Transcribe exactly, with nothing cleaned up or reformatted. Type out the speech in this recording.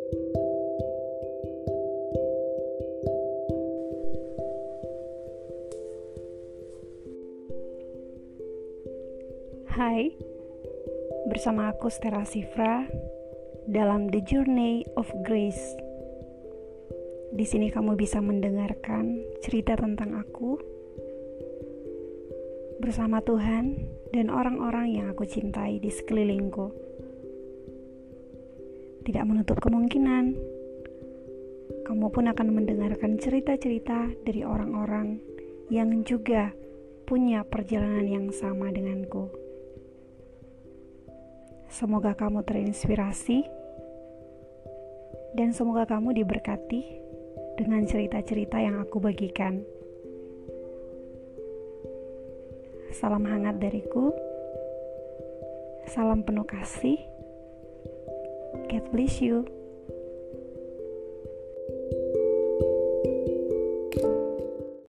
Hai, bersama aku Stella Sifra dalam The Journey of Grace. Di sini kamu bisa mendengarkan cerita tentang aku bersama Tuhan dan orang-orang yang aku cintai di sekelilingku. Tidak menutup kemungkinan kamu pun akan mendengarkan cerita-cerita dari orang-orang yang juga punya perjalanan yang sama denganku. Semoga kamu terinspirasi dan semoga kamu diberkati dengan cerita-cerita yang aku bagikan. Salam hangat dariku. Salam penuh kasih. God bless you.